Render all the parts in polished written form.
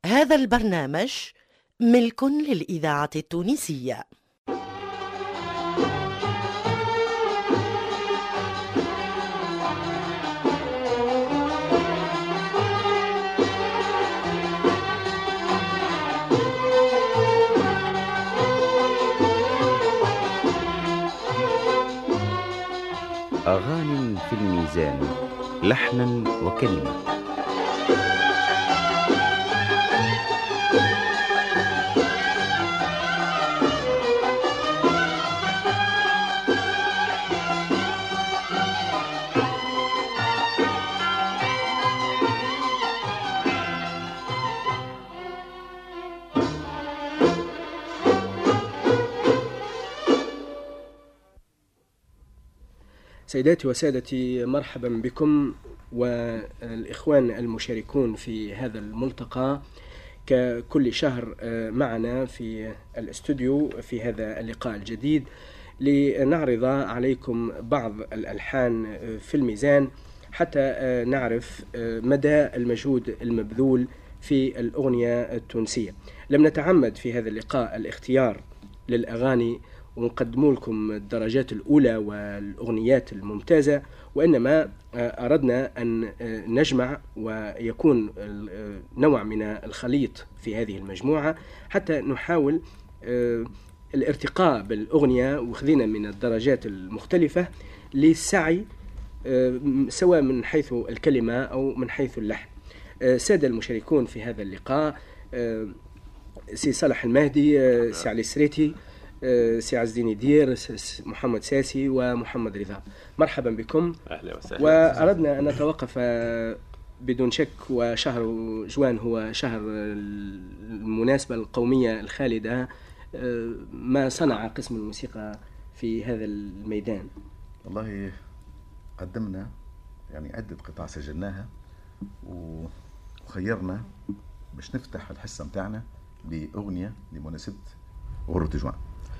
هذا البرنامج ملك للإذاعة التونسية. أغاني في الميزان، لحنا وكلمة. سيداتي وسادتي، مرحبا بكم والإخوان المشاركون في هذا الملتقى ككل شهر معنا في الاستوديو في هذا اللقاء الجديد لنعرض عليكم بعض الألحان في الميزان حتى نعرف مدى المجهود المبذول في الأغنية التونسية. لم نتعمد في هذا اللقاء الاختيار للأغاني ونقدم لكم الدرجات الأولى والأغنيات الممتازة، وإنما أردنا أن نجمع ويكون نوع من الخليط في هذه المجموعة حتى نحاول الارتقاء بالأغنية وخذنا من الدرجات المختلفة للسعي سواء من حيث الكلمة أو من حيث اللحن. سادة المشاركون في هذا اللقاء سي صالح المهدي، سي علي السريتي، سي عز الدين دير، محمد ساسي ومحمد رضا. مرحبا بكم. أهلا وسهلا. وأردنا أن نتوقف بدون شك، وشهر جوان هو شهر المناسبة القومية الخالدة. ما صنع قسم الموسيقى في هذا الميدان؟ والله قدمنا يعني عدة قطع سجلناها وخيرنا باش نفتح الحصة متاعنا بأغنية لمناسبة غرة جوان.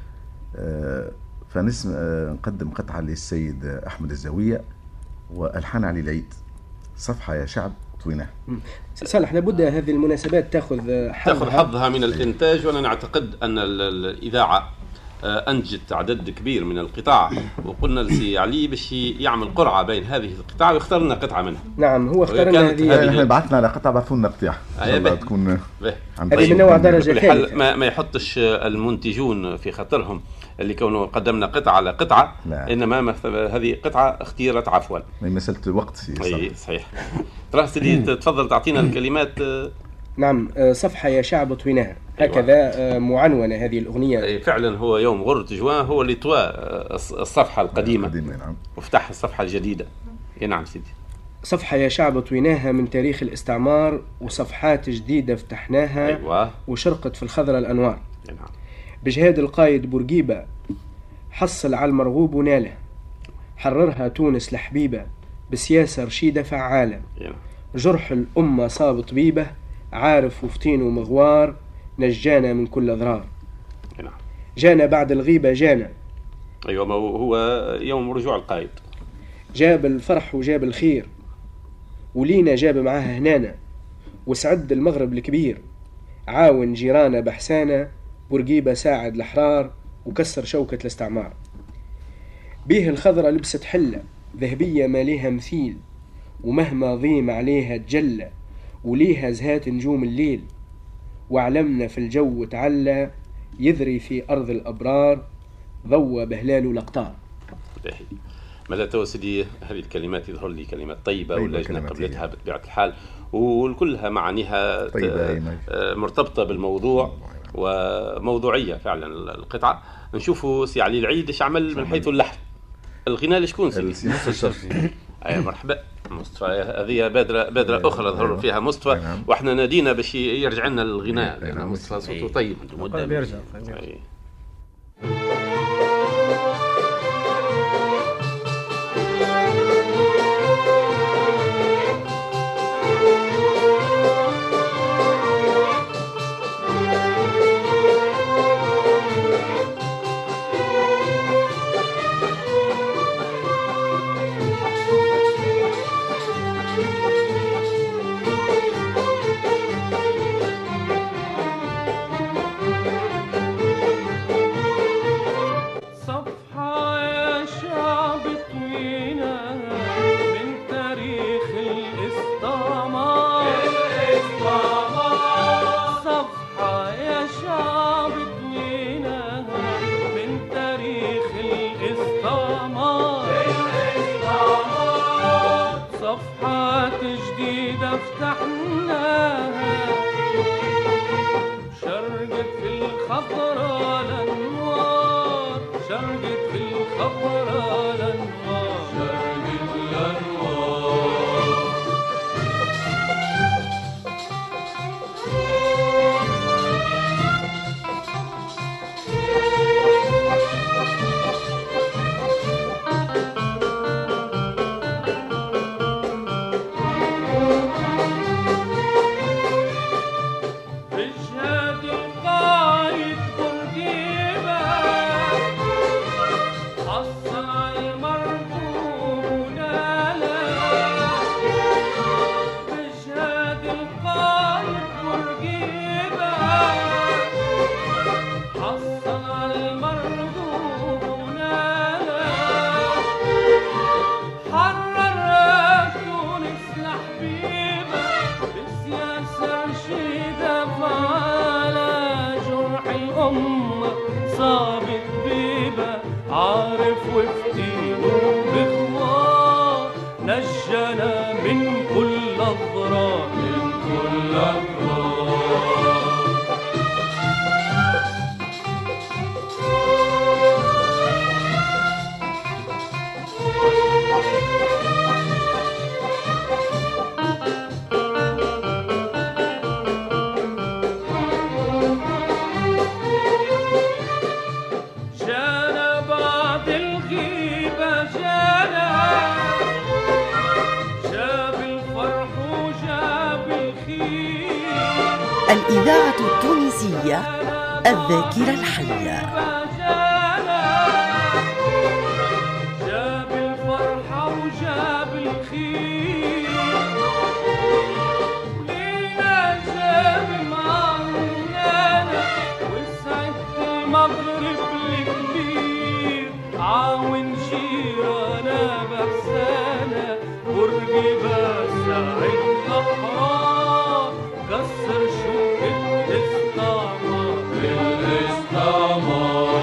نقدم قطعة للسيد أحمد الزاوية وألحان علي العيد، صفحة يا شعب طويناه. صالح، لابد هذه المناسبات تأخذ حظها من الإنتاج، وأنا نعتقد أن الإذاعة أنجت عدد كبير من القطاع، وقلنا لسي علي باش يعمل قرعة بين هذه القطاع ويختار لنا قطعة منها. نعم، هو اختار لنا هذه. احنا بعثنا على قطعة، بعثوا لنا قطع تكون هذه من نوع درجة ثالثة. ما يحطش المنتجون في خطرهم اللي كونوا قدمنا قطعة على قطعة. لا. إنما هذه قطعة اختيرت عفوا، ما مسألة وقت. أي صحيح. تراس اللي تفضل تعطينا الكلمات. نعم، صفحة يا شعب طويناها، هكذا معنونة هذه الأغنية. فعلا هو يوم غرة جوان هو اللي طوى الصفحة القديمة نعم. وفتح الصفحة الجديدة. نعم سيدي. صفحة يا شعب طويناها من تاريخ الاستعمار، وصفحات جديدة فتحناها. أيوة. وشرقت في الخضرة الأنوار. نعم. بجهاد القايد بورقيبة حصل على المرغوب وناله، حررها تونس لحبيبة بسياسة رشيدة فعالة. نعم. جرح الأمة صاب طبيبة، عارف وفتين ومغوار، نجانا من كل أضرار. نعم. جانا بعد الغيبة جانا. أيوة، هو يوم رجوع القائد. جاب الفرح وجاب الخير، ولينا جاب معاه هنانا، وسعد المغرب الكبير، عاون جيرانا بحسانا، بورقيبة ساعد الأحرار وكسر شوكة الاستعمار. بيه الخضرة لبست حلة ذهبية ما ليها مثيل، ومهما ضيم عليها تجلى، وليها زهات نجوم الليل، وعلمنا في الجو تعلى، يذري في أرض الأبرار، ضوى بهلال الأقطار. ماذا توسدي هذه الكلمات؟ يظهر لي كلمات طيبة واللجنة قبلتها بطبيعة الحال، وكلها معانيها مرتبطة بالموضوع وموضوعية فعلا. القطعة نشوفوا سي علي العيد ايش عمل من حيث اللحن. الغناء لشكون سي مصطفى الشرفي؟ اي مرحبا مصطفى. هذه بادرة أخرى ظهر فيها مصطفى، واحنا نادينا باش يرجع لنا الغناء لأن مصطفى صوته طيب مدة بيرجع. الخضراء الأنوار شرقت في الخضراء الأنوار شرقت الأنوار عارف وفتينه بخوار نجنا من كل أضرار من كل أضرار الإذاعة التونسية الذاكرة الحية. جاب الفرحة وجاب الخير ولينا جاب معانا وسعد المغرب الكبير عاون جيرانا بحسانا ورقبة سعد الأحرار كسر شوك الاستعمار الاستعمار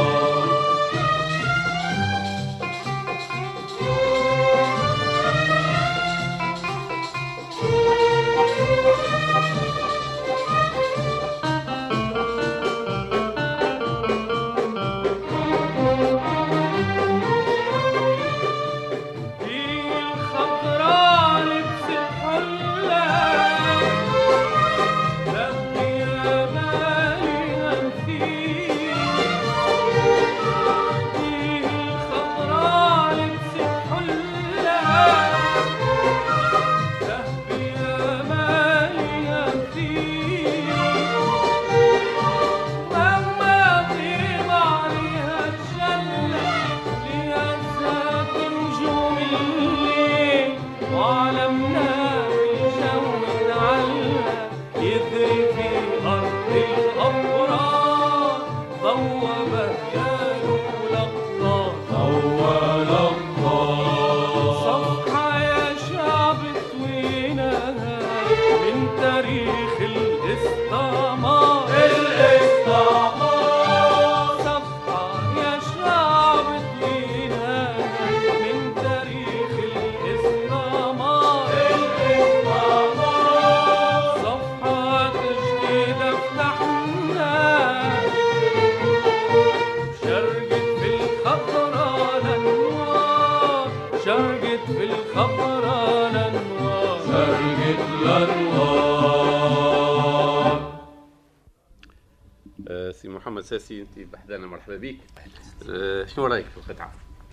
سي محمد ساسي، انت بحذانا، مرحبا بك. شنو رايك في القطعه؟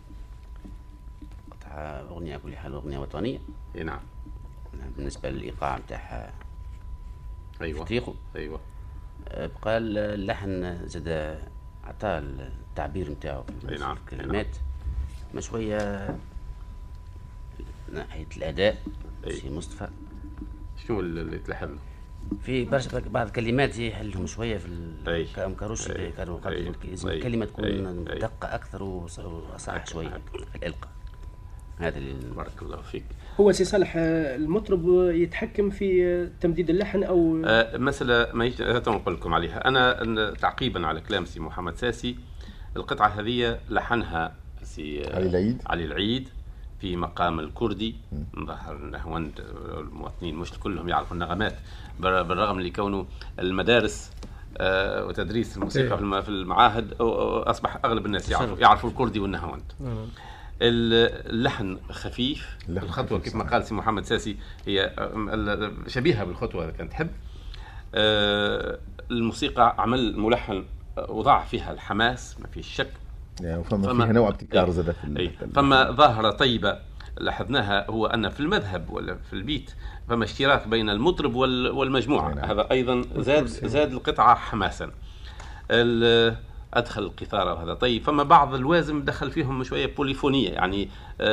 قطعه اغنيه كل حال اغنيه وطنيه. اي نعم. بالنسبه للايقاع نتاعها ايوه فتيقو. ايوه. بقى اللحن زاد عطاه التعبير نتاعو في نعم. الكلمات ما شويه ناحيه الاداء. سي مصطفى شنو اللي تلحن في برشا بعض الكلمات يحلهم شويه في كاروش كانوا الكلمه تكون دقه اكثر وصح شويه في الالقاء. هذا اللي بارك الله فيك. هو سي صالح المطرب يتحكم في تمديد اللحن او مساله ما نقول لكم عليها انا تعقيبا على كلام سي محمد ساسي. القطعه هذه لحنها سي علي العيد في مقام الكردي. ظهر النهاوند المواطنين مش كلهم يعرفوا النغمات، بالرغم اللي كونه المدارس وتدريس الموسيقى في المعاهد، أصبح أغلب الناس يعرفوا الكردي والنهاوند. اللحن خفيف، الخطوة كيف ما قال سي محمد ساسي هي شبيهة بالخطوة إذا كانت تحب. الموسيقى عمل ملحن وضع فيها الحماس ما فيش شك، فما فيها نوع ابتكار زاد فما ظاهرة طيبة لاحظناها هو أن في المذهب ولا في البيت فما اشتراك بين المطرب والمجموعة. هذا أيضا زاد القطعة حماسا. أدخل القيثارة وهذا طيب. فما بعض الوازم دخل فيهم شوية بوليفونية، يعني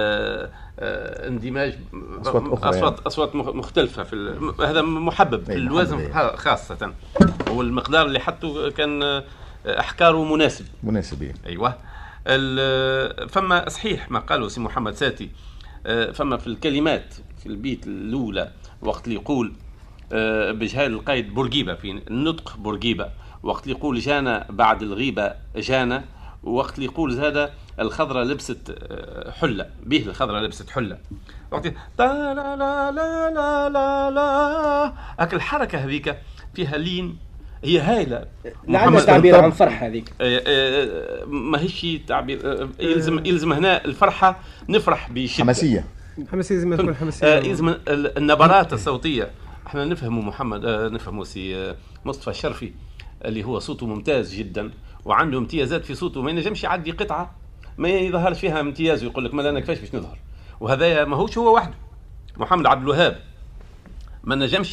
اندماج أصوات مختلفة هذا محبب في الوازم خاصة، والمقدار اللي حطه كان أحكاره مناسب. أيوة. فما صحيح ما قاله سي محمد ساتي، فما في الكلمات في البيت الأولى وقت اللي يقول بجهال القيد بورقيبة، في النطق بورقيبة، وقت اللي يقول جانا بعد الغيبة جانا، وقت اللي يقول زاد الخضرة لبست حلة، به الخضرة لبست حلة، وقت لا لا لا لا لا لا لا، هاك الحركة هذيك فيها لين، هي هايلة. لعل تعبير عن فرح هذيك، ما هيش تعبير. يلزم هنا الفرحة نفرح بشدة، حماسية زي ما تقول حماسية. يلزم النبرات الصوتية. احنا نفهموا محمد، نفهموا سي مصطفى الشرفي اللي هو صوته ممتاز جدا وعنده امتيازات في صوته، ما ينجمش يعدي قطعة ما يظهر فيها امتياز ويقول لك ما انا كيفاش باش نظهر. وهذا ما هوش هو وحده، محمد عبد الوهاب ما نجمش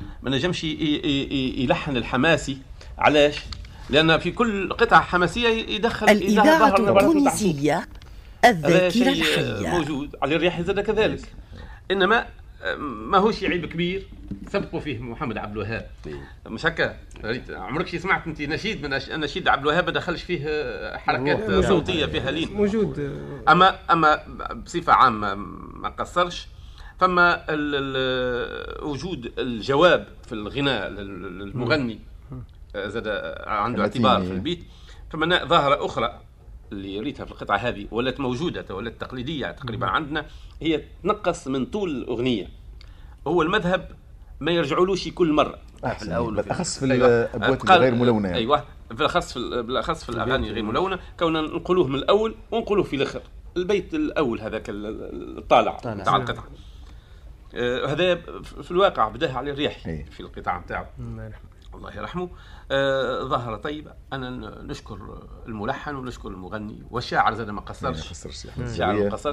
يلحن الحماسي. علاش؟ لأن في كل قطعة حماسية يدخل الإذاعة التونسية الذاكرة الحية موجود. علي الرياحي زاد كذلك، إنما ما هوش عيب كبير سبقوا فيه محمد عبد الوهاب. مش هكا؟ عمرك سمعت انت نشيد من نشيد عبد الوهاب ما دخلش فيه حركات صوتيه فيها لين؟ موجود. اما بصفه عامه ما قصرش. فما وجود الجواب في الغناء المغني زاد عنده اعتبار في البيت. فما ظاهره اخرى اللي ريتها في القطعه هذه ولات موجوده ولات تقليديه تقريبا عندنا، هي تنقص من طول الاغنيه. هو المذهب ما يرجعولوش كل مره في الاول، بالاخص في الابوات غير ملونه يعني. ايوه، بالاخص في الاغاني غير ملونه، كوننا نقولوه من الاول ونقولوه في الاخر. البيت الاول هذاك الطالع تاع القطعه هذا في الواقع بداه على الرياحي في القطعه نتاعو الله يرحمه. ظاهرة طيبة. أنا نشكر الملحن ونشكر المغني والشاعر زاد ما قصرش، الشاعر ما قصرش.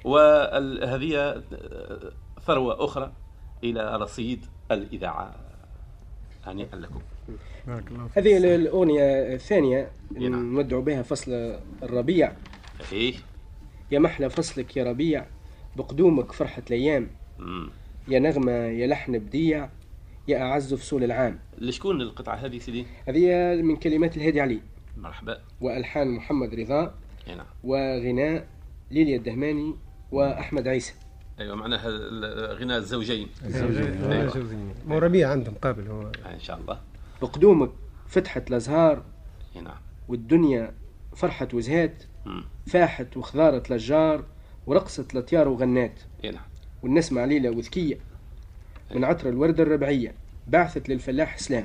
وهذه ثروة أخرى إلى رصيد الإذاعة. هنيئا لكم. هذه الأغنية الثانية نودع بها فصل الربيع. يا محلى فصلك يا ربيع، بقدومك فرحة الأيام، يا نغمة يا لحن بديع، يا أعز فصول العام. لشكون القطعة هذه سيدي؟ هذه من كلمات الهادي علي. مرحبا. وألحان محمد رضا. وغناء ليليا الدهماني وأحمد عيسى. أيوة، معناها غناء الزوجين. الزوجين. مو ربيع عندهم قابل هو. إن شاء الله. بقدومك فتحت الأزهار. نعم. والدنيا فرحت وزهات. فاحت وخضارت للجار، ورقصت لطيار وغنات. نعم. والنسمة عليلة وذكية من عطر الوردة الربعية، بعثت للفلاح إسلام.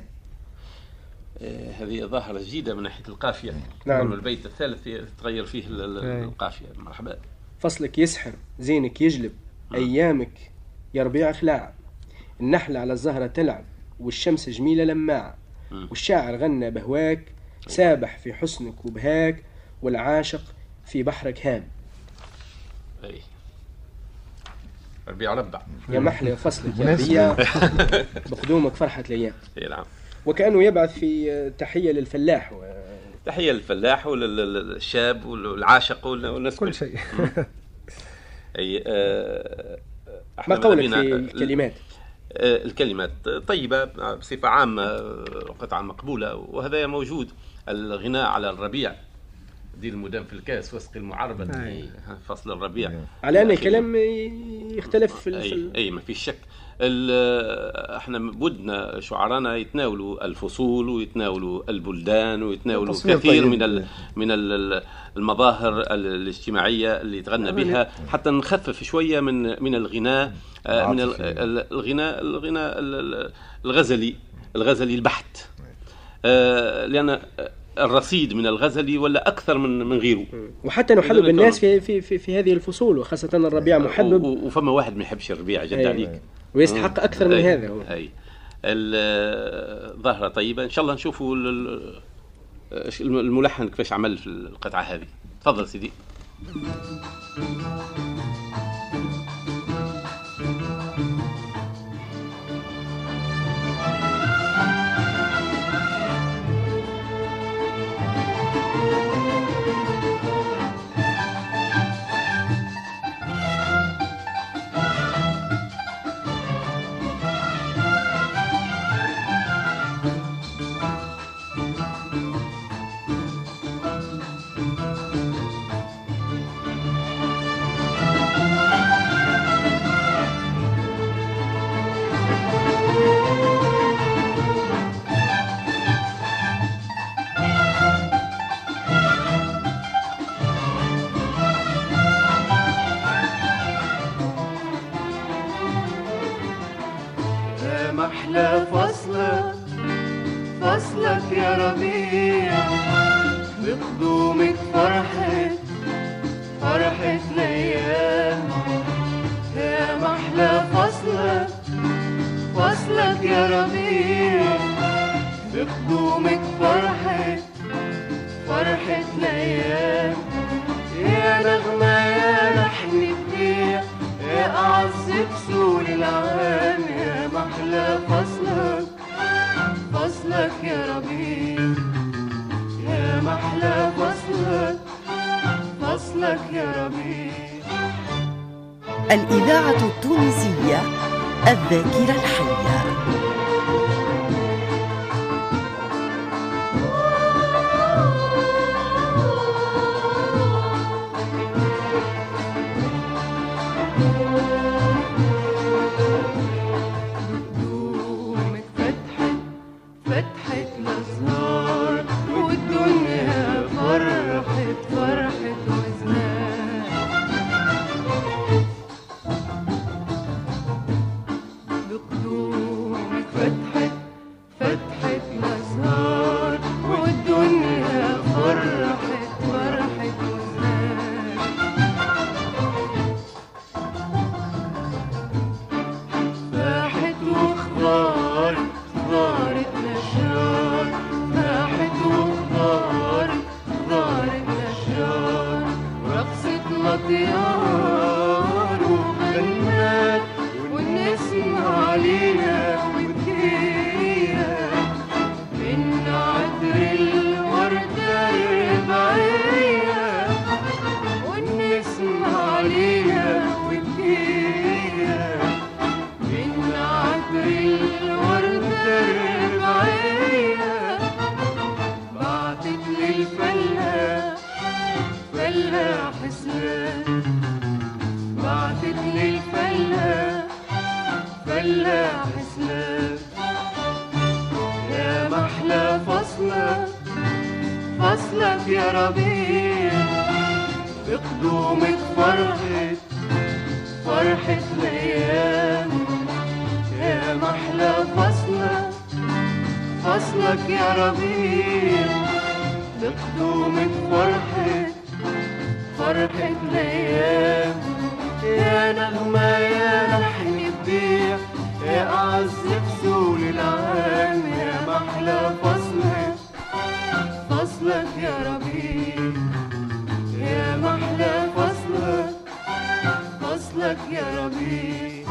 هذه ظاهرة جديدة من ناحية القافية. نعم. البيت الثالث تغير فيه القافية. مرحبا. فصلك يسحر زينك يجلب، أيامك يا ربيع خلاع، النحلة على الزهرة تلعب، والشمس جميلة لماعة، والشاعر غنى بهواك، سابح في حسنك وبهاك، والعاشق في بحرك هام. ربيع ربع. يا محلى فصلك يا ربيع، بقدومك فرحة الأيام. نعم. وكأنه يبعث في تحية للفلاح تحية للفلاح وللشاب والعاشق والناس كل شيء. أي ما قولك في الكلمات؟ الكلمات طيبة بصفة عامة، قطعة مقبولة. وهذا موجود الغناء على الربيع، دي المدام في الكاس وسق المعربة فصل الربيع، على أن الكلام يختلف في أي ما في شك. احنا بدنا شعرانا يتناولوا الفصول ويتناولوا البلدان ويتناولوا كثير من المظاهر الاجتماعية اللي تغنى بها، حتى نخفف شوية من الغناء، من الغناء الغزلي البحت. لأن الرصيد من الغزل ولا أكثر من غيره. وحتى نحبب الناس في هذه الفصول، وخاصة الربيع محبب، وفما واحد ما يحبش الربيع جد عليك، ويستحق أكثر من هذا. هو الظاهرة طيبة، إن شاء الله نشوفوا الملحن كيفاش عمل في القطعة هذه. تفضل سيدي. محلى فصلك يا ربيع، بقدومك فرحة الأيام. يا محلى فصلك يا ربيع، بقدومك فرحة الأيام. يا نغمة يا لحن بديع، يا أعز فصول العام. يا محلى فصلك يا ربيع، يا محلى فصلك يا ربيع. الإذاعة التونسية الذاكرة الحية. فصلك يا ربيع، بقدومك فرحة الأيام. يا محلى فصلك يا ربيع، بقدومك فرحة الأيام. يا نغمة يا لحن بديع، يا أعز فصول العام. يا محلى فصلك يا ربيع، يا محلى فصلك يا ربيع.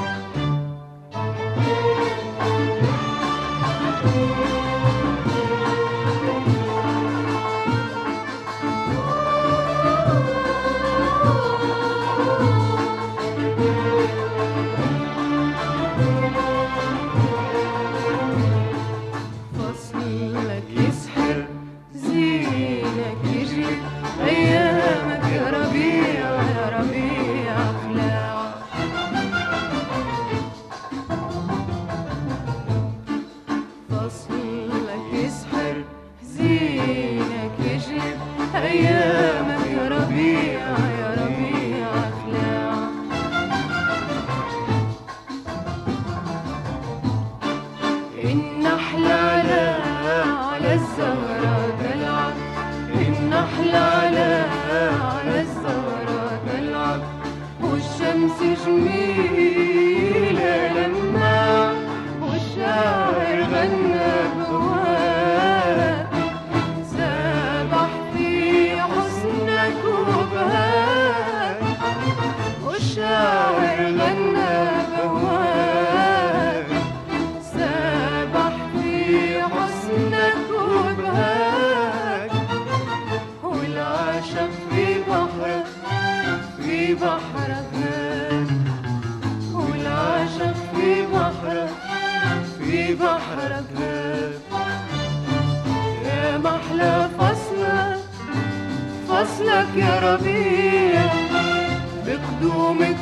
النحل على بحرك يا محلى فصلك فصلك يا ربيع بقدومك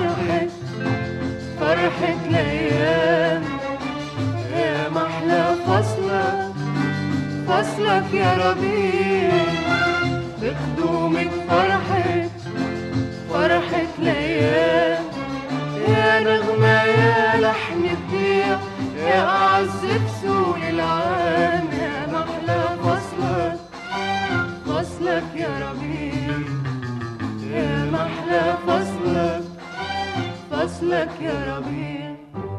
فرحة الأيام يا محلى فصلك فصلك يا ربيع بقدومك فرحة الأيام يا نغمة يا لحن الضيع يا أعز فصول العام يا محلى فصلك يا ربيع يا محلى فصلك يا ربيع.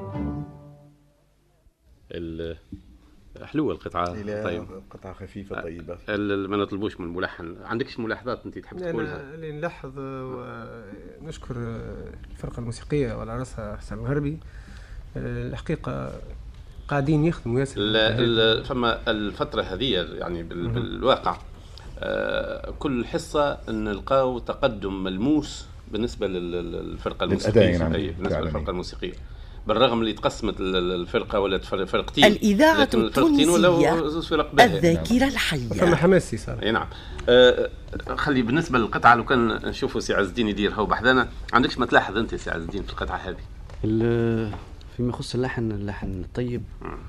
حلوة القطعة. طيب قطعة خفيفة طيبة. ما نطلبوش من الملحن، عندكش ملاحظات انت تحب تقولها؟ اللي نلاحظ ونشكر الفرقة الموسيقية وعلى رأسها حسن الغربي، الحقيقة قاعدين يخدموا ياسر. فما الفترة هذه يعني بالواقع كل حصة نلقاو تقدم ملموس بالنسبة للفرقة الموسيقية. بالنسبة للفرقة الموسيقية بالرغم اللي تقسمت الفرقة ولا فرقتين، الإذاعة التونسية الذاكرة الحية. فما حماسي صار. نعم. خلي بالنسبة للقطعة لو كان نشوفوا سي عز الدين يديرها وبحذانا، عندكش ما تلاحظ أنت سي عز الدين في القطعة هذه؟ فيما يخص اللحن الطيب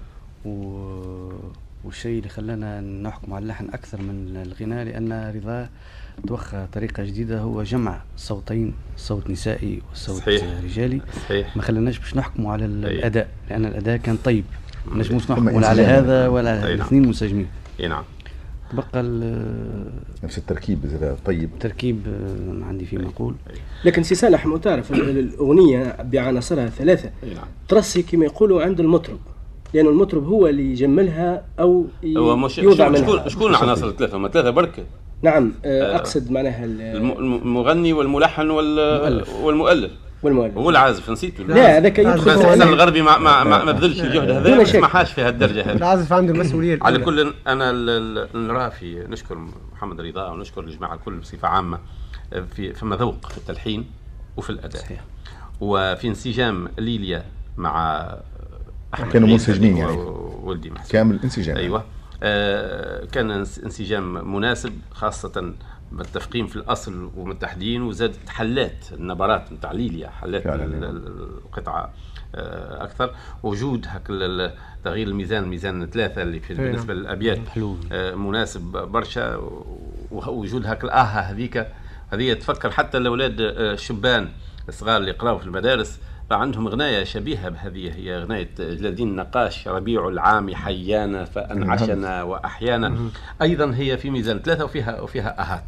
والشيء اللي خلانا نحكم على اللحن أكثر من الغناء، لأن رضا توخى طريقة جديدة، هو جمع صوتين، صوت نسائي وصوت رجالي. صحيح. ما خلاناش باش نحكموا على الأداء، لأن الأداء كان طيب، ما نجموش نحكموا ولا على هذا ولا على الاثنين منسجمين. نعم. تبقى نفس التركيب طيب، تركيب ما عندي فيه مقول. لكن سي صالح مو تعرف الأغنية بعناصرها ثلاثة ترسي كما يقولوا عند المطرب، لأن المطرب هو اللي يجملها أو يوضع منها. شكون العناصر الثلاثة؟ ما ثلاثة بركة. نعم. أقصد معناها المغني والملحن والمؤلف هو العازف. نسيته. لا هذاك يدخل في حسن الغربي ما بذلش الجهد هذا، ما سمحاش في هالدرجة هذه. العازف عنده مسؤولية. على كل أنا نرى نشكر محمد رضا ونشكر الجماعة الكل بصفة عامة فما ذوق في التلحين وفي الأداء. صحيح. وفي انسجام ليليا مع كانوا منسجمين يعني ولدي محسن كامل انسجام. أيوة. كان انسجام مناسب، خاصة بالتفقيم في الأصل ومتحدين، وزادت حلات النبرات نتاع ليليا، حلات القطعة أكثر. وجود تغيير الميزان 3 اللي في بالنسبة للأبيات مناسب برشا. ووجود هذه تفكر حتى الأولاد الشبان الصغار اللي يقراوا في المدارس عندهم غناية شبيهة بهذه، هي غناية جلالدين النقاش ربيع العام حيانا فأنعشنا وأحيانا. أيضا هي في ميزان 3 وفيها أهات.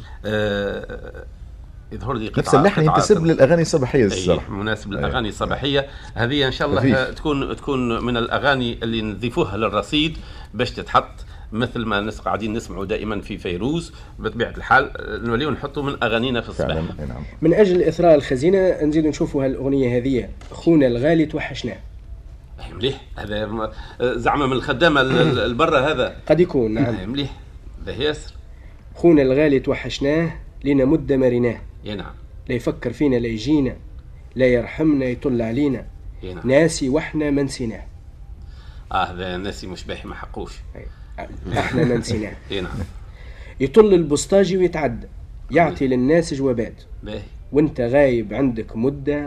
يظهر لي نفس اللحن ينتسب للأغاني الصباحية الصراحة، مناسب للأغاني الصباحية. هذه إن شاء الله تكون من الأغاني اللي نضيفوها للرصيد باش تتحط، مثل ما قاعدين نسمعوا دائما في فيروز بطبيعة الحال، نوليو نحطوا من أغانينا في الصباح. من أجل إثراء الخزينة نزيد نشوفوا هالأغنية هذه، خونا الغالي توحشناه. مليح. هذا زعما من الخدامة البرة هذا قد يكون. نعم. مليح. ده ياسر. خونا الغالي توحشناه لنا مدة مريناه. نعم. لا يفكر فينا لا يجينا، لا يرحمنا يطل علينا. نعم. ناسي وإحنا ما نسيناه. هذا ناسي مش باحي ما حقوش. احنا ما نسيناه. نعم. يطل البسطاجي ويتعدى، يعطي للناس جوابات. وانت غايب عندك مدة،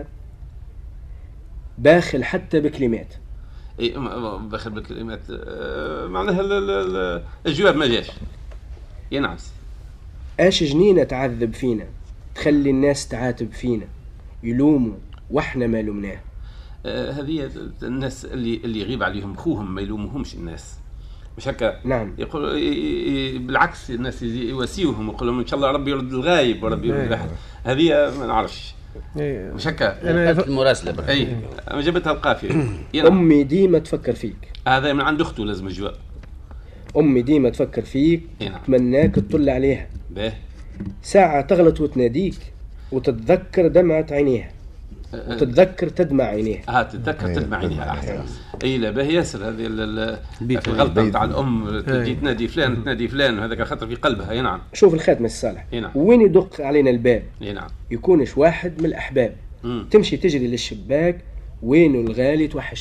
باخل حتى بكلمات. باخل بكلمات معناها الجواب ما جاش. نعم. اش جنينة تعذب فينا، تخلي الناس تعاتب فينا، يلوموا واحنا ما لومناه. هذه الناس اللي يغيب عليهم خوهم ما يلومهمش الناس، مش هكا؟ نعم. يقول بالعكس، الناس يواسيوهم ويقول لهم ان شاء الله ربي يرد الغايب وربي يرد الواحد. هذه ما نعرفش مش هكا. المراسله اي ما جابتها القافيه. امي ديما تفكر فيك. هذا من عند اخته لازم الجواب. امي ديما تفكر فيك، تمناك تطل عليها. ساعه تغلط وتناديك، وتتذكر دمعه عينيها، وتتذكر تدمع عينيها. تتذكر تدمع عينيها. احسن. اي لا باهي ياسر. هذه الغلطه تاع الام، تجي تنادي فلان تنادي فلان، وهذاك خاطر في قلبها. نعم. شوف الخاتم الصالح. نعم. وين يدق علينا الباب. نعم. يكونش واحد من الاحباب. تمشي تجري للشباك، وينه الغالي توحشناه.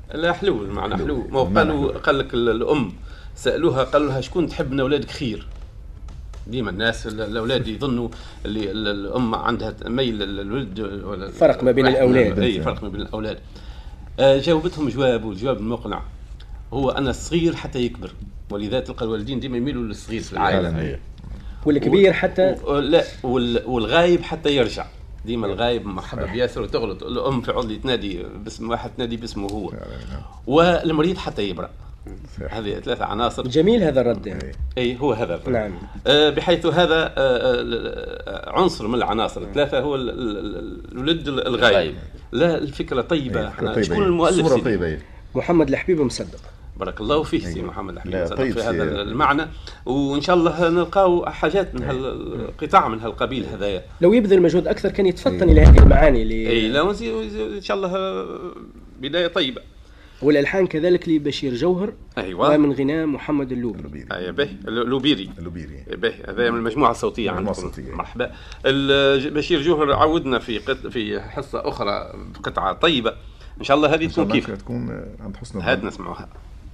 لا حلو المعنى حلو. ما قال لك الام سالوها قالوا لها شكون تحب من اولادك خير. ديما الناس الاولاد يظنوا اللي الام عندها ميل للولد ولا فرق ما بين الاولاد. اي فرق ما بين الاولاد. جاوبتهم جواب والجواب المقنع هو أن الصغير حتى يكبر، ولذا تلقى الوالدين ديما يميلوا للصغير في العائله والكبير حتى لا والغايب حتى يرجع. ديما الغايب مرحبا بياسر وتغلط الام في عضلي تنادي باسم واحد تنادي باسمه هو، والمريض حتى يبرأ. هذه 3 عناصر. جميل هذا الرد. اي هو هذا الرد. نعم. بحيث هذا عنصر من العناصر 3 هو الولد الغايب. لا الفكره طيبه. شكون المؤلف؟ صورة طيبه. محمد الحبيب مصدق. بارك الله فيك سي محمد الحبيب مصدق في هذا المعنى، وان شاء الله نلقاو حاجات من هالقطاع من هالقبيل هذايا. لو يبذل مجهود اكثر كان يتفطن الى هذه المعاني اللي اي لا ان شاء الله بدايه طيبه. والالحان كذلك لبشير جوهر. ايوه. ومن غناء محمد اللوبيري. اي به اللوبيري به هذا من المجموعه الصوتيه عندكم. مرحبا. بشير جوهر عودنا في حصه اخرى قطعه طيبه ان شاء الله. هذه تكون كيف تكون عند حسن هاد نسمعوها.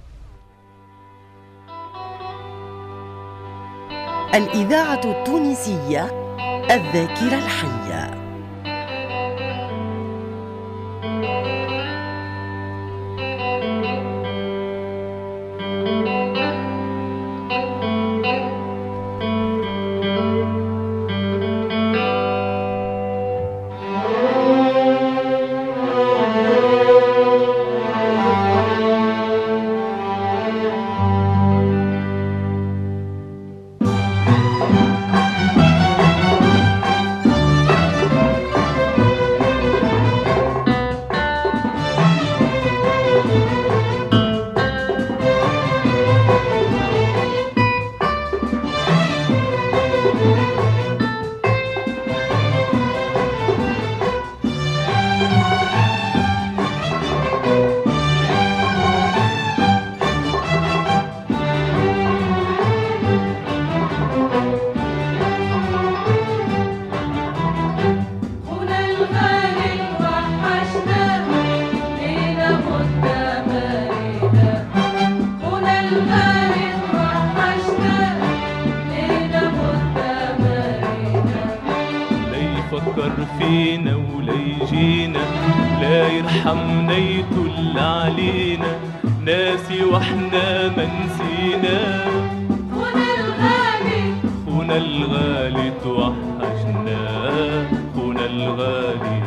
الإذاعة التونسية الذاكرة الحية. فينا ولا يجينا لا يرحمنا يطل علينا ناسي واحنا ما نسينا. خونا الغالي توحشنا خونا الغالي.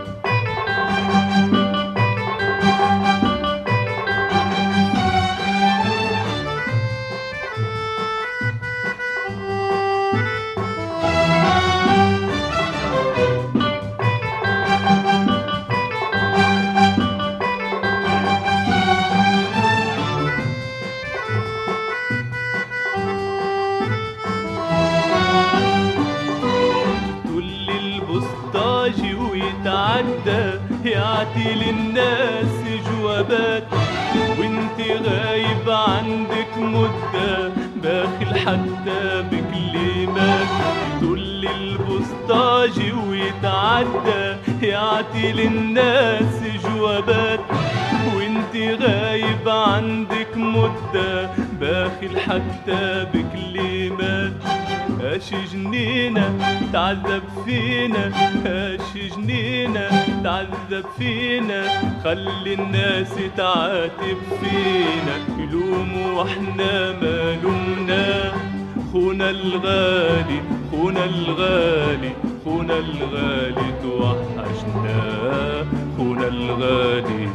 يعطي للناس جوابات وانت غايب عندك مدة باخل حتى بكلمات. يطل البسطاجي ويتعدى يعطي للناس جوابات وانت غايب عندك مدة باخل حتى بكلمات. اش جنينة تعذب فينا اش جنينة تعذب فينا خلي الناس تعاتب فينا يلوموا واحنا ما لومنا. خونا الغالي خونا الغالي خونا الغالي توحشنا خونا الغالي.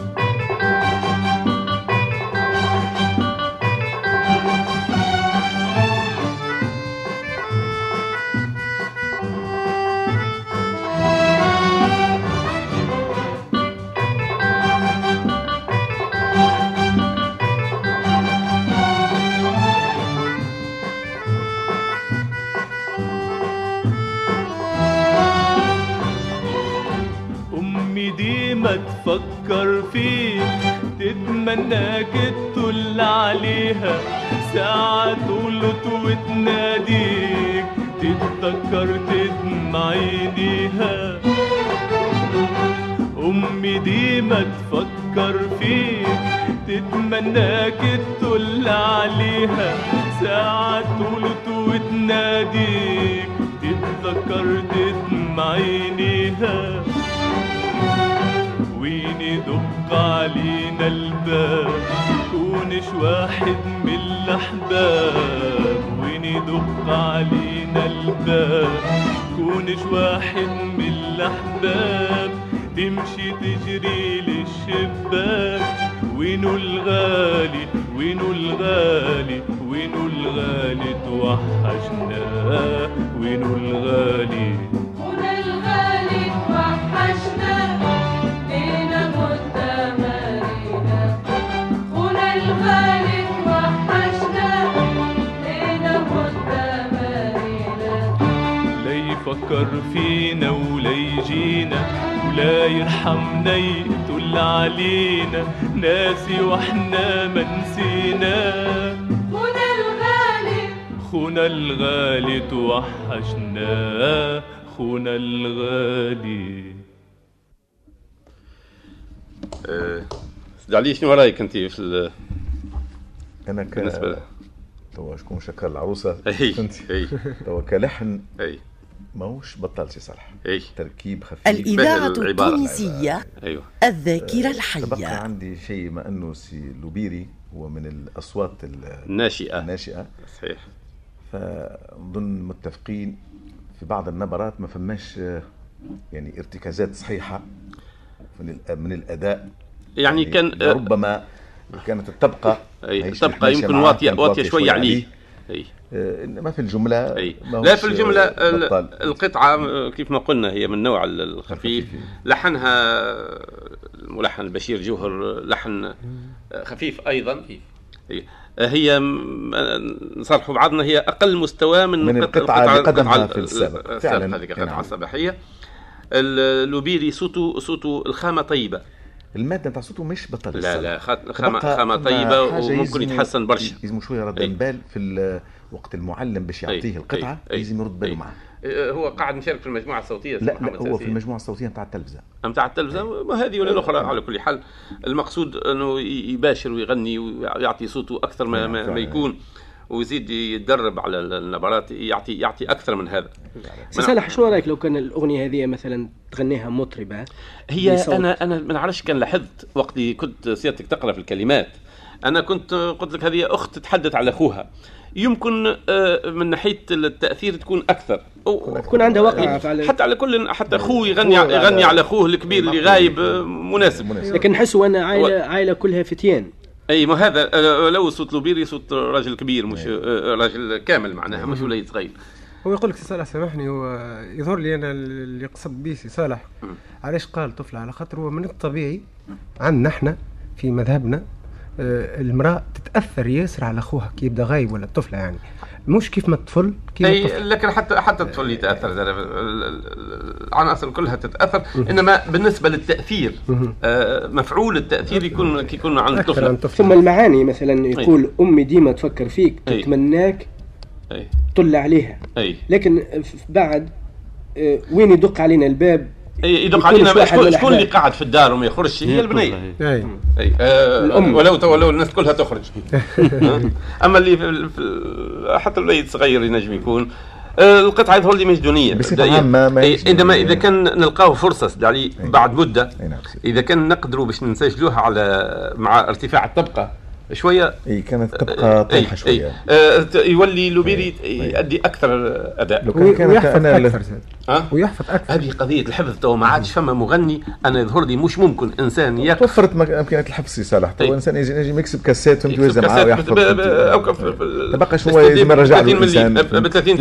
ديما تفكر فيك تتمناك تطل عليها ساعة تولط وتناديك تتذكر تدمع عينيها. أمي ديما تفكر فيك، تتمناك تطل عليها ساعة تولت وتناديك، تتذكر تدمع عينيها وين يدق علينا الباب، كونش واحد من الأحباب، وين يدق علينا الباب كونش واحد من الأحباب، تمشي تجري للشباك، وينو الغالي وينو الغالي وينو الغالي توحشنا، وينو الغالي خونا الغالي توحشنا، لينا مدة مارينا، خونا الغالي توحشنا، لينا مدة مارينا، لا يفكر فينا ولا يجينا ولا يرحمنا يقتل علينا، ناسي واحنا ما نسينا، خونا الغالي خونا الغالي توحشنا، خونا الغالي. سيدي علي شنو رايك انت في انا بالنسبه توا شكون شكر العروسه انت توا كلحن ماهوش بطال سي صالح، تركيب خفيف. الإذاعة التونسية أيوة. الذاكرة الحية. بقى عندي شيء ما أنه سي لوبيري هو من الأصوات الناشئة صحيح، فنظن متفقين في بعض النبرات ما فماش يعني ارتكازات صحيحة من الأداء، يعني كان ربما كانت الطبقة يمكن واطية شوية عليه، ما في الجملة لا في الجملة القطعة كيف ما قلنا هي من نوع الخفيف، لحنها الملحن البشير جوهر، لحن خفيف أيضا، هي نصرحوا بعضنا هي أقل مستوى من القطعة اللي قدمها في السابق، فعلا هذه قطعة صباحية. اللوبيري صوته الخامة طيبة، المادة نتاع صوته مش بطل، لا خامة طيبة وممكن يتحسن برشا، لازم شوية رد بال في وقت المعلم باش يعطيه القطعة، لازم يرد باله معه. هو قاعد مشارك في المجموعة الصوتية؟ لا هو في المجموعة الصوتية نتاع التلفزة، وهذه ولا الأخرى. على كل حال المقصود أنه يباشر ويغني ويعطي صوته أكثر ما يكون، ويزيد يتدرب على النبرات، يعطي أكثر من هذا. صالح شنو رأيك لو كان الأغنية هذه مثلا تغنيها مطربة؟ هي أنا ما نعرفش، كان لاحظت وقت كنت سيادتك تقرأ في الكلمات، أنا كنت قلت لك هذه أخت تتحدث على أخوها، يمكن من ناحية التأثير تكون أكثر، تكون عندها وقع حتى على كل، حتى أخوه يغني على أخوه الكبير اللي غايب مناسب. لكن نحسوا أن عائلة كلها فتيان. اي ما هذا لو صوت لوبيري صوت راجل كبير، مش راجل كامل معناها، مش وليد صغير. هو يقول لك سي صالح سامحني، هو يظهر لي انا اللي قصد به سي صالح علاش قال طفل، على خاطر هو من الطبيعي عندنا احنا في مذهبنا المرأة تتأثر ياسر على أخوها كي يبدأ غايب ولا الطفلة، يعني مش كيف ما الطفل لكن حتى الطفل يتأثر، العناصر كلها تتأثر، إنما بالنسبة للتأثير مفعول التأثير يكون عند الطفل. ثم المعاني مثلا يقول أمي ديما تفكر فيك، تتمناك طل عليها، لكن بعد وين يدق علينا الباب، يدق علينا شكون اللي قاعد في الدار وما يخرجش؟ هي البنية، الأم، ولو الناس كلها تخرج. أما اللي حتى الوليد صغير ينجم يكون. القطعة يظهر لي مش دونية، إنما إذا كان نلقاه فرصة علي بعد مدة، إذا كان نقدروا باش نسجلوها مع ارتفاع الطبقة شوية، كانت تبقى طيحة شوية، يولي لوبيري يؤدي أكثر أداء، ويحفظ أكثر. هذه قضية الحفظ، تو ما عادش فما مغني، أنا يظهر لي مش ممكن إنسان يقف. توفرت إمكانيات الحفظ سي صالح، تو إنسان يجي يكسب كاسات ويتوازى معاه ويحفظ، تبقى شو لازم يرجع له الإنسان ب 30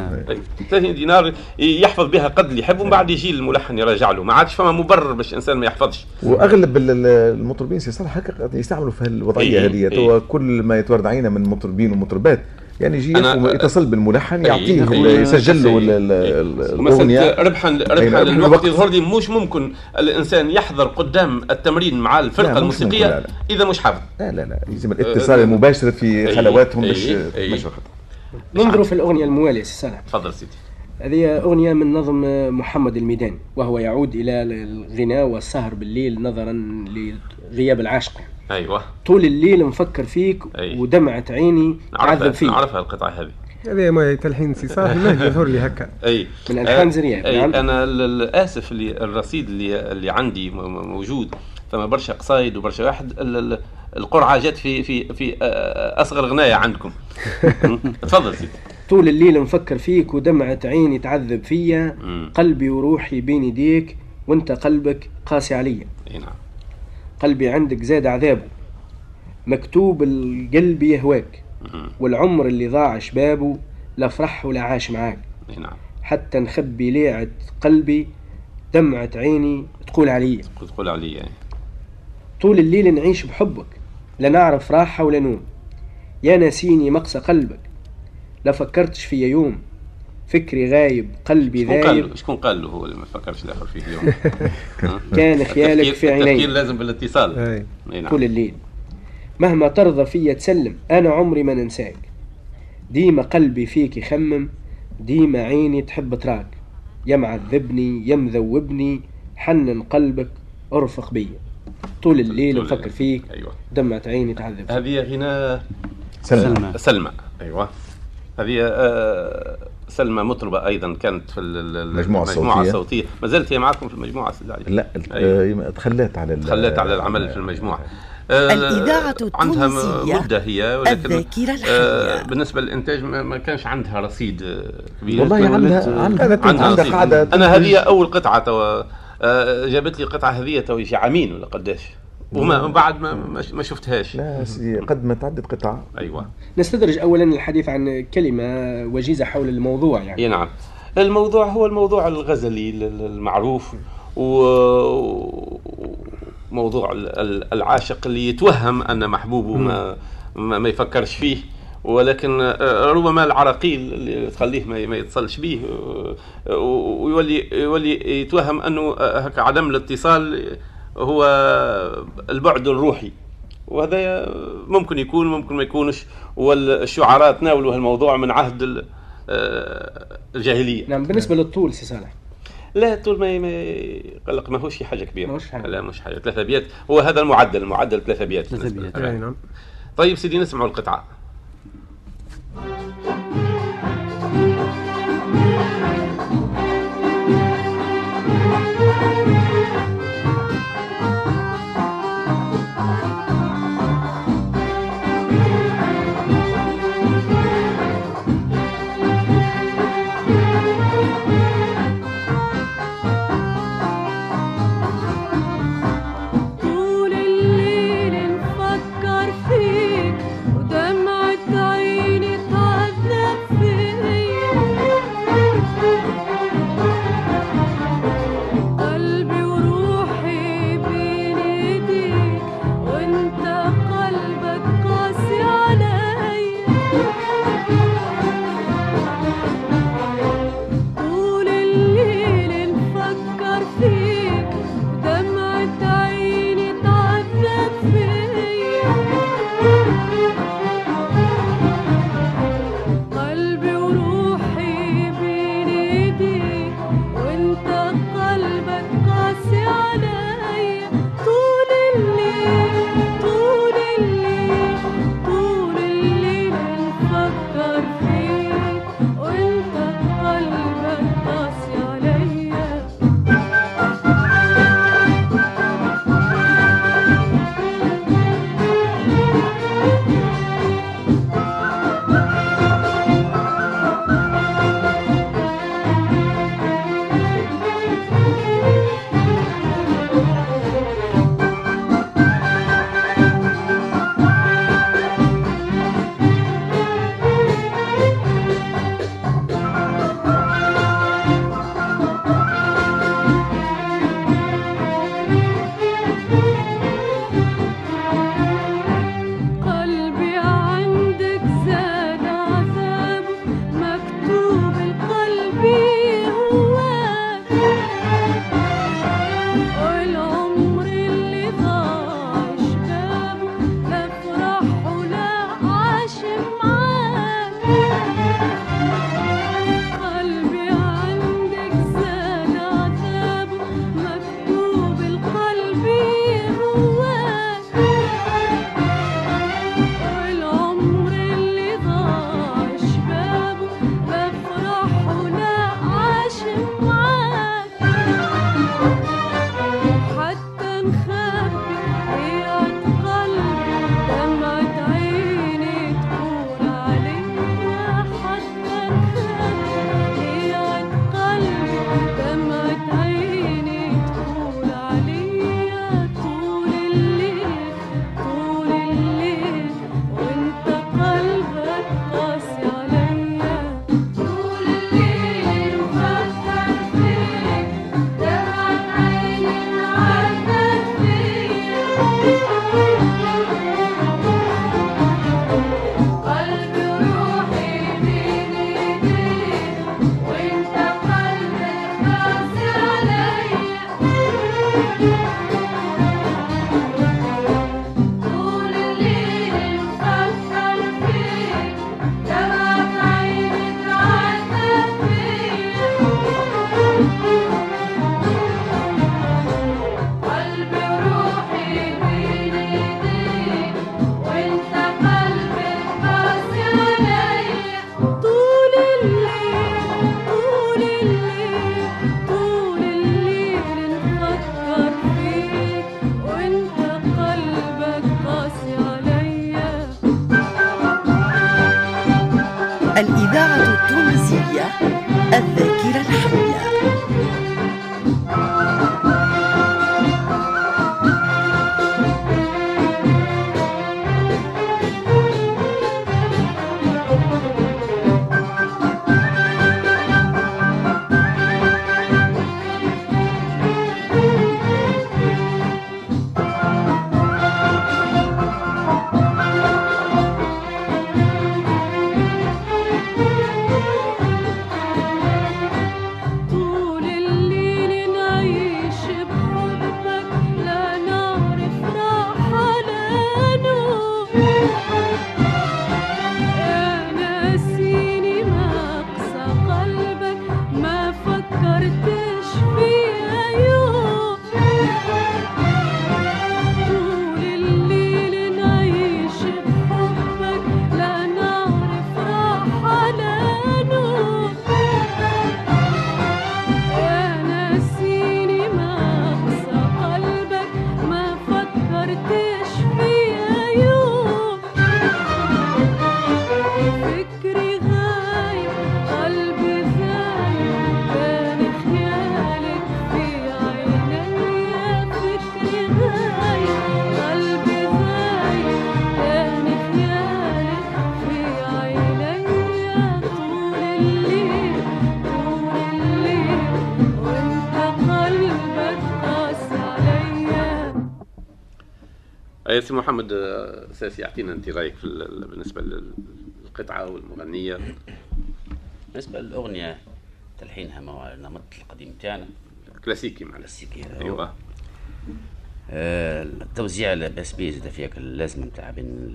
دينار يحفظ بها قد اللي يحب، ومن بعد يجي الملحن يراجع له، ما عادش فما مبرر باش إنسان ما يحفظش. وأغلب المطربين سي صالح هكا يستعملوا في الوضعية هذه، تو كل ما يتورد علينا من مطربين ومطربات يعني يجي يتصل بالملحن يعطيه يسجل له الاغنيه ربحا للوقت. يظهر لي مش ممكن الانسان يحضر قدام التمرين مع الفرقه الموسيقيه اذا مش حافظ. لا لازم الاتصال المباشر في خلواتهم باش ننظروا في الاغنيه المواليه. السلام تفضل سيدي. هذه أغنية من نظم محمد الميداني، وهو يعود إلى الغناء والسهر بالليل نظرا لغياب العاشق. أيوة. طول الليل نفكر فيك ودمعة عيني تعذب فيك. نعرفها القطعة هذه. هذه ما تلحين سي صالح ما يظهر لي هكا. أي من ألحان زرياب. نعم. أنا آسف اللي الرصيد اللي عندي موجود، فما برشا قصايد وبرشا واحد القرعة جت في أصغر غناية عندكم. تفضل سيدي. طول الليل نفكر فيك ودمعة عيني تعذب فيا، قلبي وروحي بين يديك وانت قلبك قاسي عليا. نعم. قلبي عندك زاد عذابه، مكتوب القلب يهواك، والعمر اللي ضاع شبابه لا فرح ولا عاش معاك. نعم. حتى نخبي ليعة قلبي دمعة عيني تقول عليا. تقول عليا. طول الليل نعيش بحبك، لا نعرف راحة ولا نوم، يا ناسيني مقسى قلبك، لا فكرتش فيا يوم، فكري غايب قلبي ذايب. شكون قال له هو اللي ما فكرش الآخر فيه اليوم؟ كان خيالك في عيني. التفكير لازم بالاتصال. نعم. طول الليل مهما ترضى فيا تسلم، أنا عمري ما ننساك، ديما قلبي فيك يخمم، ديما عيني تحب تراك، يا معذبني يا مذوبني، حنن قلبك ارفق بيا. طول الليل نفكر فيك. أيوة. دمعة عيني تعذب. هذه غناء سلمى. أيوة. هذه سلمى مطربة أيضا كانت في المجموعة الصوتية. ما زالت هي معكم في المجموعة سيدي علي؟ لا. أيوة. تخلت على العمل في المجموعة. الإذاعة التونسية عندها مدة هي، ولكن الذاكرة الحية. بالنسبة للإنتاج ما كانش عندها رصيد كبير. والله عندها قاعدة. أنا هذه أول قطعة جابت لي قطعة هذه توي عامين ولا قداش، وما بعد ما شفتهاش. لا قد ما تعدد قطعة. أيوة. نستدرج أولا الحديث عن كلمة وجيزة حول الموضوع يعني. نعم. الموضوع هو الموضوع الغزلي المعروف، وموضوع العاشق اللي يتوهم أن محبوبه ما يفكرش فيه، ولكن ربما العراقيل اللي تخليه ما يتصلش به، ويولي يتوهم أنه هكا عدم الاتصال هو البعد الروحي، وهذا ممكن يكون ممكن ما يكونش. والشعراء تناولوا هالموضوع من عهد الجاهلية. نعم. بالنسبة للطول سي صالح، لا الطول ما قلق، ما هوش حاجة كبيرة. لا مش حاجة. 3 أبيات هو هذا المعدل 3 أبيات. نعم. طيب سيدي نسمعوا القطعة. فيك ودمعة عيني تعذب الإذاعة التونسية الذاكرة الحية. سي محمد ساسي، اعطينا انت رايك في بالنسبه للقطعه والمغنيه. بالنسبه للاغنيه تلحينها مع النمط القديم تاعنا كلاسيكي معنا. كلاسيكي ايوه. التوزيع لاباس بيه زاد فيها اللازمه نتاع بين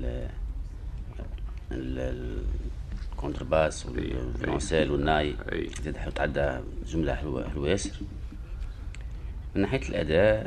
الكونترباس والفيونسيل والناي، زاد تعدى جمله حلوه ياسر. من ناحيه الاداء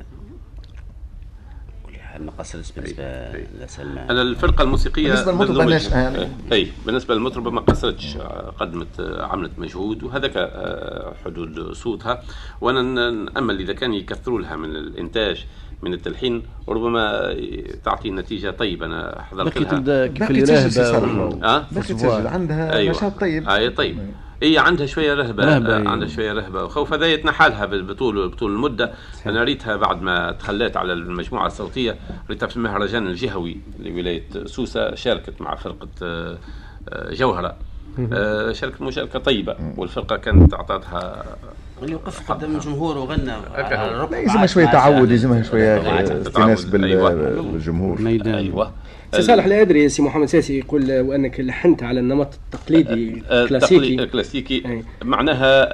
ما قصرتش بالنسبه لسلمى. انا الفرقه الموسيقيه بالنسبه للمطربه بالنسبه للمطربه ما قصرتش، قدمت عملت مجهود وهذاك حدود صوتها، وانا نامل اذا كان يكثروا لها من الانتاج من التلحين ربما تعطي نتيجه طيبه. انا حضرت لها كيف الرهبه بس تسجل عندها نشاط طيب. طيب هي عندها شويه رهبه عندها شويه رهبه وخوف، هذا يتنحى لها بطول المده. انا ريتها بعد ما تخلات على المجموعه الصوتيه، ريتها في المهرجان الجهوي لولايه سوسه، شاركت مع فرقه جوهره، شاركت مشاركه طيبه، والفرقه كانت اعطتها اللي وقف قدام الجمهور وغنى. لازمها شويه تعود، لازمها شويه استئناس بالجمهور. ايوه. سي صالح لا ادري سي محمد ساسي يقول وانك لحنت على النمط التقليدي كلاسيكي معناها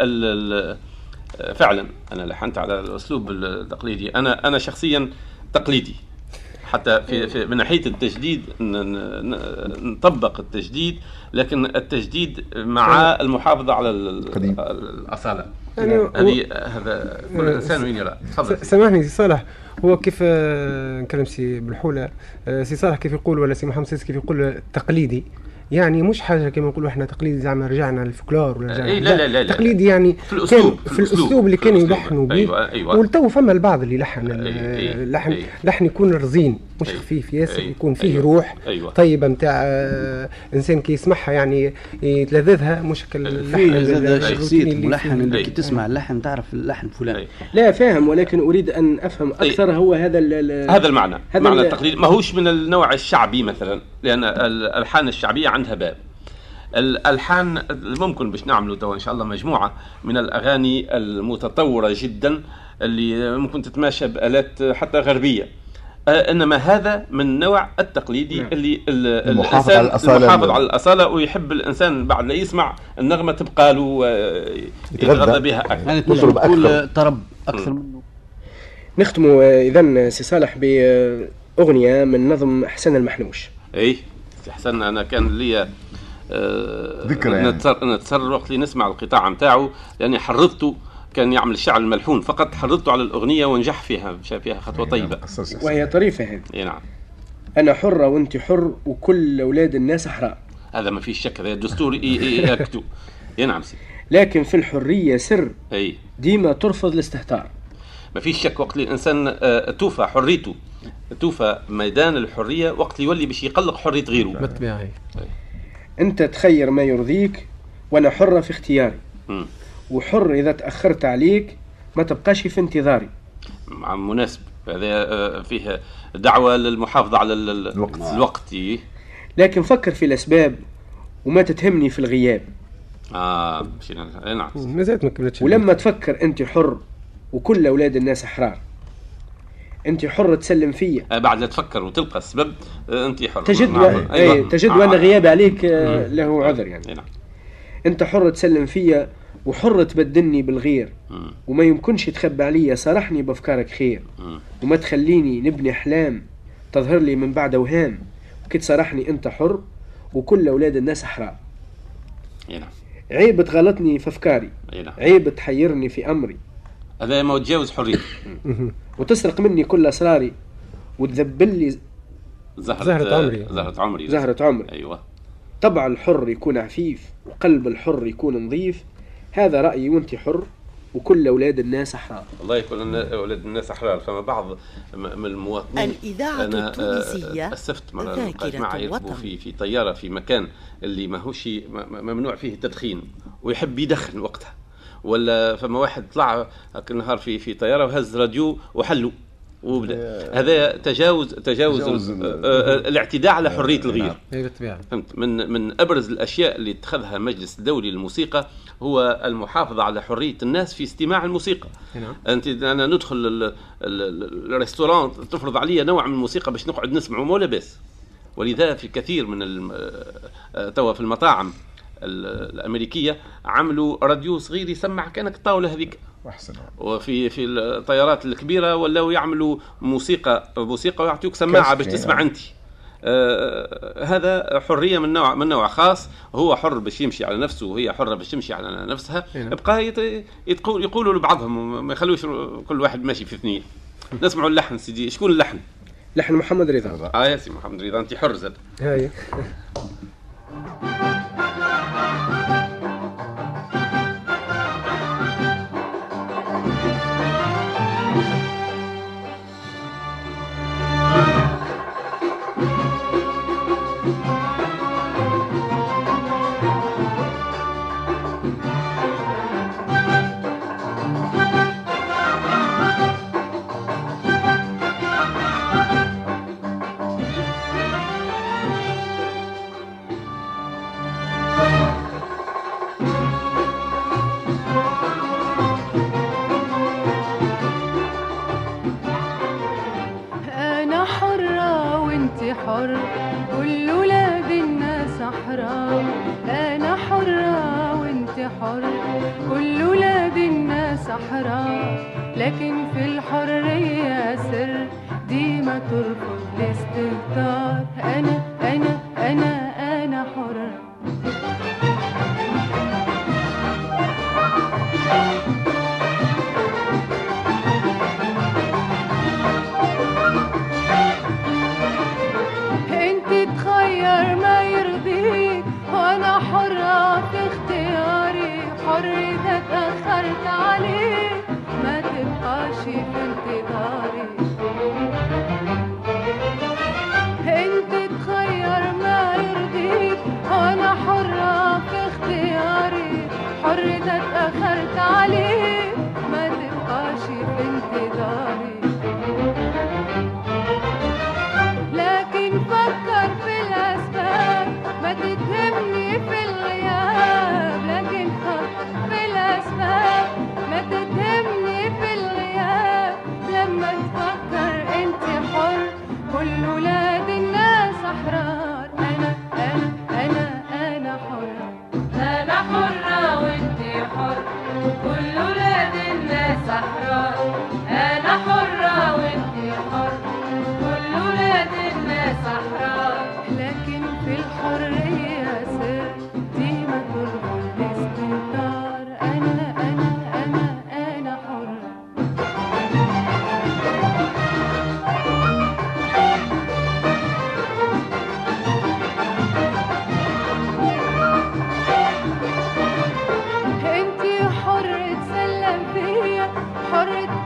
فعلا انا لحنت على الاسلوب التقليدي. انا شخصيا تقليدي حتى في من ناحيه التجديد، نطبق التجديد، لكن التجديد مع المحافظه على الاصاله. هذا كل انسان وين يرى. سامحني سي صالح، هو كيف نكلم سي بالحوله، سي صالح كيف يقول ولا سي محمد سيس كيف يقول تقليدي، يعني مش حاجه كما نقولوا احنا تقليدي زعما رجعنا للفولكلور ولا رجعنا لا تقليدي يعني في الاسلوب اللي كانوا يلحنوا به. أيوة. والتو فما البعض اللي لحن يكون رزين مش خفيف ياسر، يكون فيه روح طيبه نتاع انسان كي يسمعها يعني يتلذذها، مش في شخصيه الملحن اللي كي تسمع اللحن تعرف اللحن فلان. لا فاهم، ولكن اريد ان افهم اكثر. هو هذا المعنى، معنى التقليد ماهوش من النوع الشعبي مثلا، لان الالحان الشعبيه عندها باب. الالحان ممكن باش نعملوا تو ان شاء الله مجموعه من الاغاني المتطوره جدا اللي ممكن تتماشى بآلات حتى غربيه، انما هذا من النوع التقليدي اللي المحافظ على الاصاله ويحب الانسان بعد لا يسمع النغمه تبقى له يتغذى بها اكثر، يعني تقول طرب اكثر منه. نختم اذا سي صالح باغنيه من نظم حسن المحنوش. حسن انا كان لي ذكرى نتصر وقت اللي نسمع القطاع نتاعو، لاني حرضته كان يعمل الشعر الملحون فقط، حرضته على الاغنيه ونجح فيها، شاف فيها خطوه طيبه وهي طريفه هذه. نعم. انا حره وانت حر وكل اولاد الناس احرار. هذا ما فيش شك، هذا الدستور يكتب. نعم سي. لكن في الحريه سر ديما ترفض الاستهتار. ما فيش شك وقت الانسان توفى حريته، توفى ميدان الحريه وقت يولي باش يقلق حريه غيره. بالطبيعه. أنت تخير ما يرضيك وأنا حرة في اختياري، وحر إذا تأخرت عليك ما تبقاش في انتظاري. مناسب، هذا فيه دعوة للمحافظة على الوقت. لكن فكر في الأسباب وما تتهمني في الغياب. نعم. ولما تفكر أنت حر وكل أولاد الناس أحرار. أنت حر تسلم فيا بعد لا تفكر وتلقى السبب. أنت حر تجد وأن غياب عليك له عذر يعني. نعم. أنت حر تسلم فيا وحر تبدلني بالغير، وما يمكنش تخبى عليا، صارحني بأفكارك خير، وما تخليني نبني أحلام تظهر لي من بعد أوهام، وكي تصارحني أنت حر وكل أولاد الناس أحرار. عيب تغلطني في أفكاري، عيب تحيرني في أمري، هذا ما تجاوز حرية، وتسرق مني كل أسراري وتذبل لي زهرة عمري. أيوة. طبع الحر يكون عفيف وقلب الحر يكون نظيف، هذا رأيي وانت حر وكل أولاد الناس أحرار. والله يكون أولاد الناس أحرار. فما بعض من المواطنين الإذاعة التونسية أسفت مرة معي يركبوا في طيارة في مكان اللي ماهوش ممنوع فيه التدخين ويحب يدخن وقتها، ولا فما واحد طلع النهار في طيارة وهز راديو وحلو وبدأ. هذا تجاوز الاعتداء على حرية الغير. فهمت؟ من أبرز الأشياء اللي اتخذها المجلس الدولي للموسيقى هو المحافظة على حرية الناس في استماع الموسيقى. أنا ندخل الريستوران تفرض علي نوع من الموسيقى باش نقعد نسمعه مولا بس، ولذا في كثير من توا في المطاعم الأمريكية عملوا راديو صغير يسمع كأنك الطاولة هذيك. وفي الطيارات الكبيرة ولاو يعملوا موسيقى ويعطيوك سماعة باش تسمع أنت. هذا حرية من نوع خاص. هو حر باش يمشي على نفسه وهي حرة باش تمشي على نفسها. يبقى يقولوا لبعضهم، ما يخلوش كل واحد ماشي في اثنين. نسمعوا اللحن سيدي. شكون اللحن؟ لحن محمد رضا. يا سي محمد رضا، أنت حر زاد. لكن في الحرية سر ديما ترفض الاستهتار. أنا حرة. انت تخير ما يرضيك وانا حرة في اختياري، حر اذا تأخرت عليك ما تبقاش في انتظاري. انت تخير ما يرضيك وانا حرة في اختياري، حر اذا تأخرت عليك ما تبقاش في انتظاري. لكن فكر في الأسباب ما تتهمني في الغياب. لكن فكر في الأسباب ما تتهمني في الغياب. لما تفكر انت حر كل ولاد الناس أحرار. أنا حرة. أنا حرة وانت حر كل ولاد الناس أحرار. أنا حرة وانت حر كل ولاد الناس أحرار. لكن في الحرية سر ديما ترفض الاستهتار. أنا حرة. انتي حر تسلم فيا، حر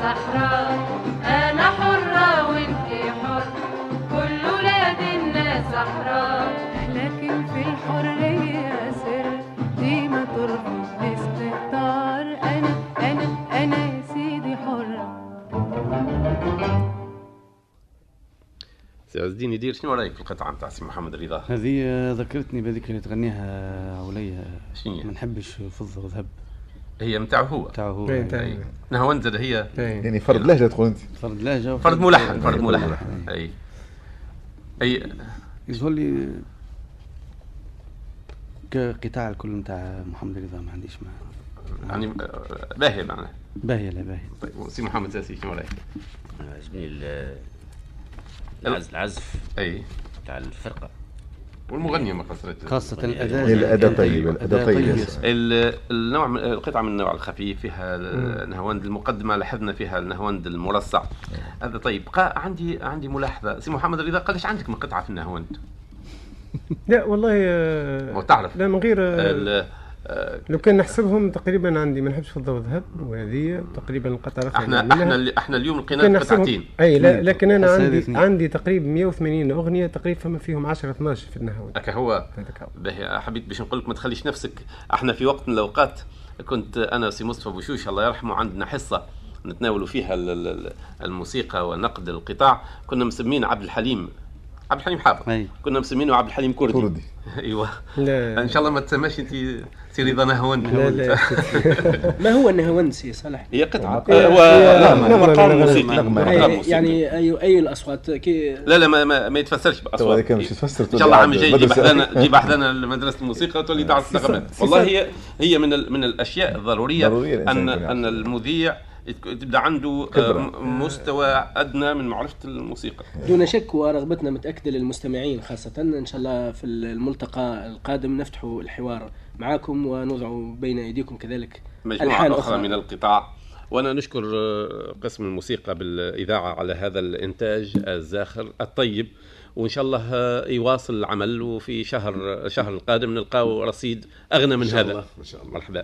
أحرار. أنا حرة وانتي حر، كل ولاد الناس أحرار. لكن في الحرية سر ديما ترفض الاستهتار. أنا يا سيدي حرة. سي عز الدين يدير، شنو رايك في القطعه نتاع سي محمد رضا؟ هذه ذكرتني بهذيك اللي تغنيها عليا، شنو ما نحبش فضه وذهب. هي نتاعو هو نهاوند هي يعني فرد لهجه تقول انت؟ فرد لهجه، فرد ملحن. اي يظهر لي كقطاع الكل نتاع محمد رضا ما عنديش يعني باهي معناها باهي. لا باهي. طيب سي محمد ساسي شنو رايك؟ عجبني العزف تاع الفرقه والمغنيه ما قصرت، خاصه الاداء طيب. النوع من القطعه من النوع الخفيف فيها نهاوند. المقدمه لاحظنا فيها النهاوند المرصع هذا. طيب بقى عندي ملاحظه سي محمد رضا، قداش عندك من قطعه في النهاوند؟ لا والله تعرف لا من غير لو كان نحسبهم تقريبا عندي ما نحبش فضه وذهب، وهذه تقريبا القطعه احنا اليوم لقينا قطعتين. اي لا لكن انا عندي تقريبا 180 اغنيه تقريبا، فما فيهم 10 12 في النهاوند. هكا هو باهي. حبيت باش نقول لك ما تخليش نفسك. احنا في وقت من الاوقات كنت انا وسي مصطفى بوشوش الله يرحمه عندنا حصه نتناولوا فيها الموسيقى ونقد القطاع. كنا مسمين عبد الحليم حافظ، كنا مسمينه عبد الحليم كردي. ايوه ان شاء الله ما تسماش انت سي رضا نهاوند. لا. ما هو النهاوند سي صالح؟ هي قطعه مقام موسيقي يعني اي الاصوات لا ما يتفسرش باصوات. كان مش يتفسر ان شاء الله عام جاي جيب احدانا لمدرسه الموسيقى وتولي تعرف النغمات. والله هي من الاشياء الضروريه ان المذيع تبدا عنده مستوى ادنى من معرفه الموسيقى دون شك. ورغبتنا متاكده للمستمعين خاصه ان شاء الله في الملتقى القادم نفتحوا الحوار معكم ونوضع بين ايديكم كذلك مجموعه اخرى من القطاع. وانا نشكر قسم الموسيقى بالاذاعه على هذا الانتاج الزاخر الطيب، وان شاء الله يواصل العمل، وفي شهر القادم نلقاو رصيد اغنى من هذا ان شاء الله. مرحبا.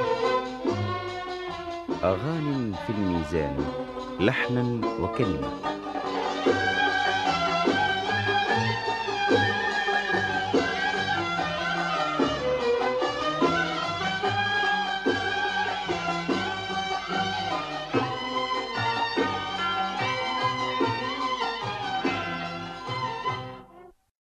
أغاني في الميزان، لحنا وكلمة.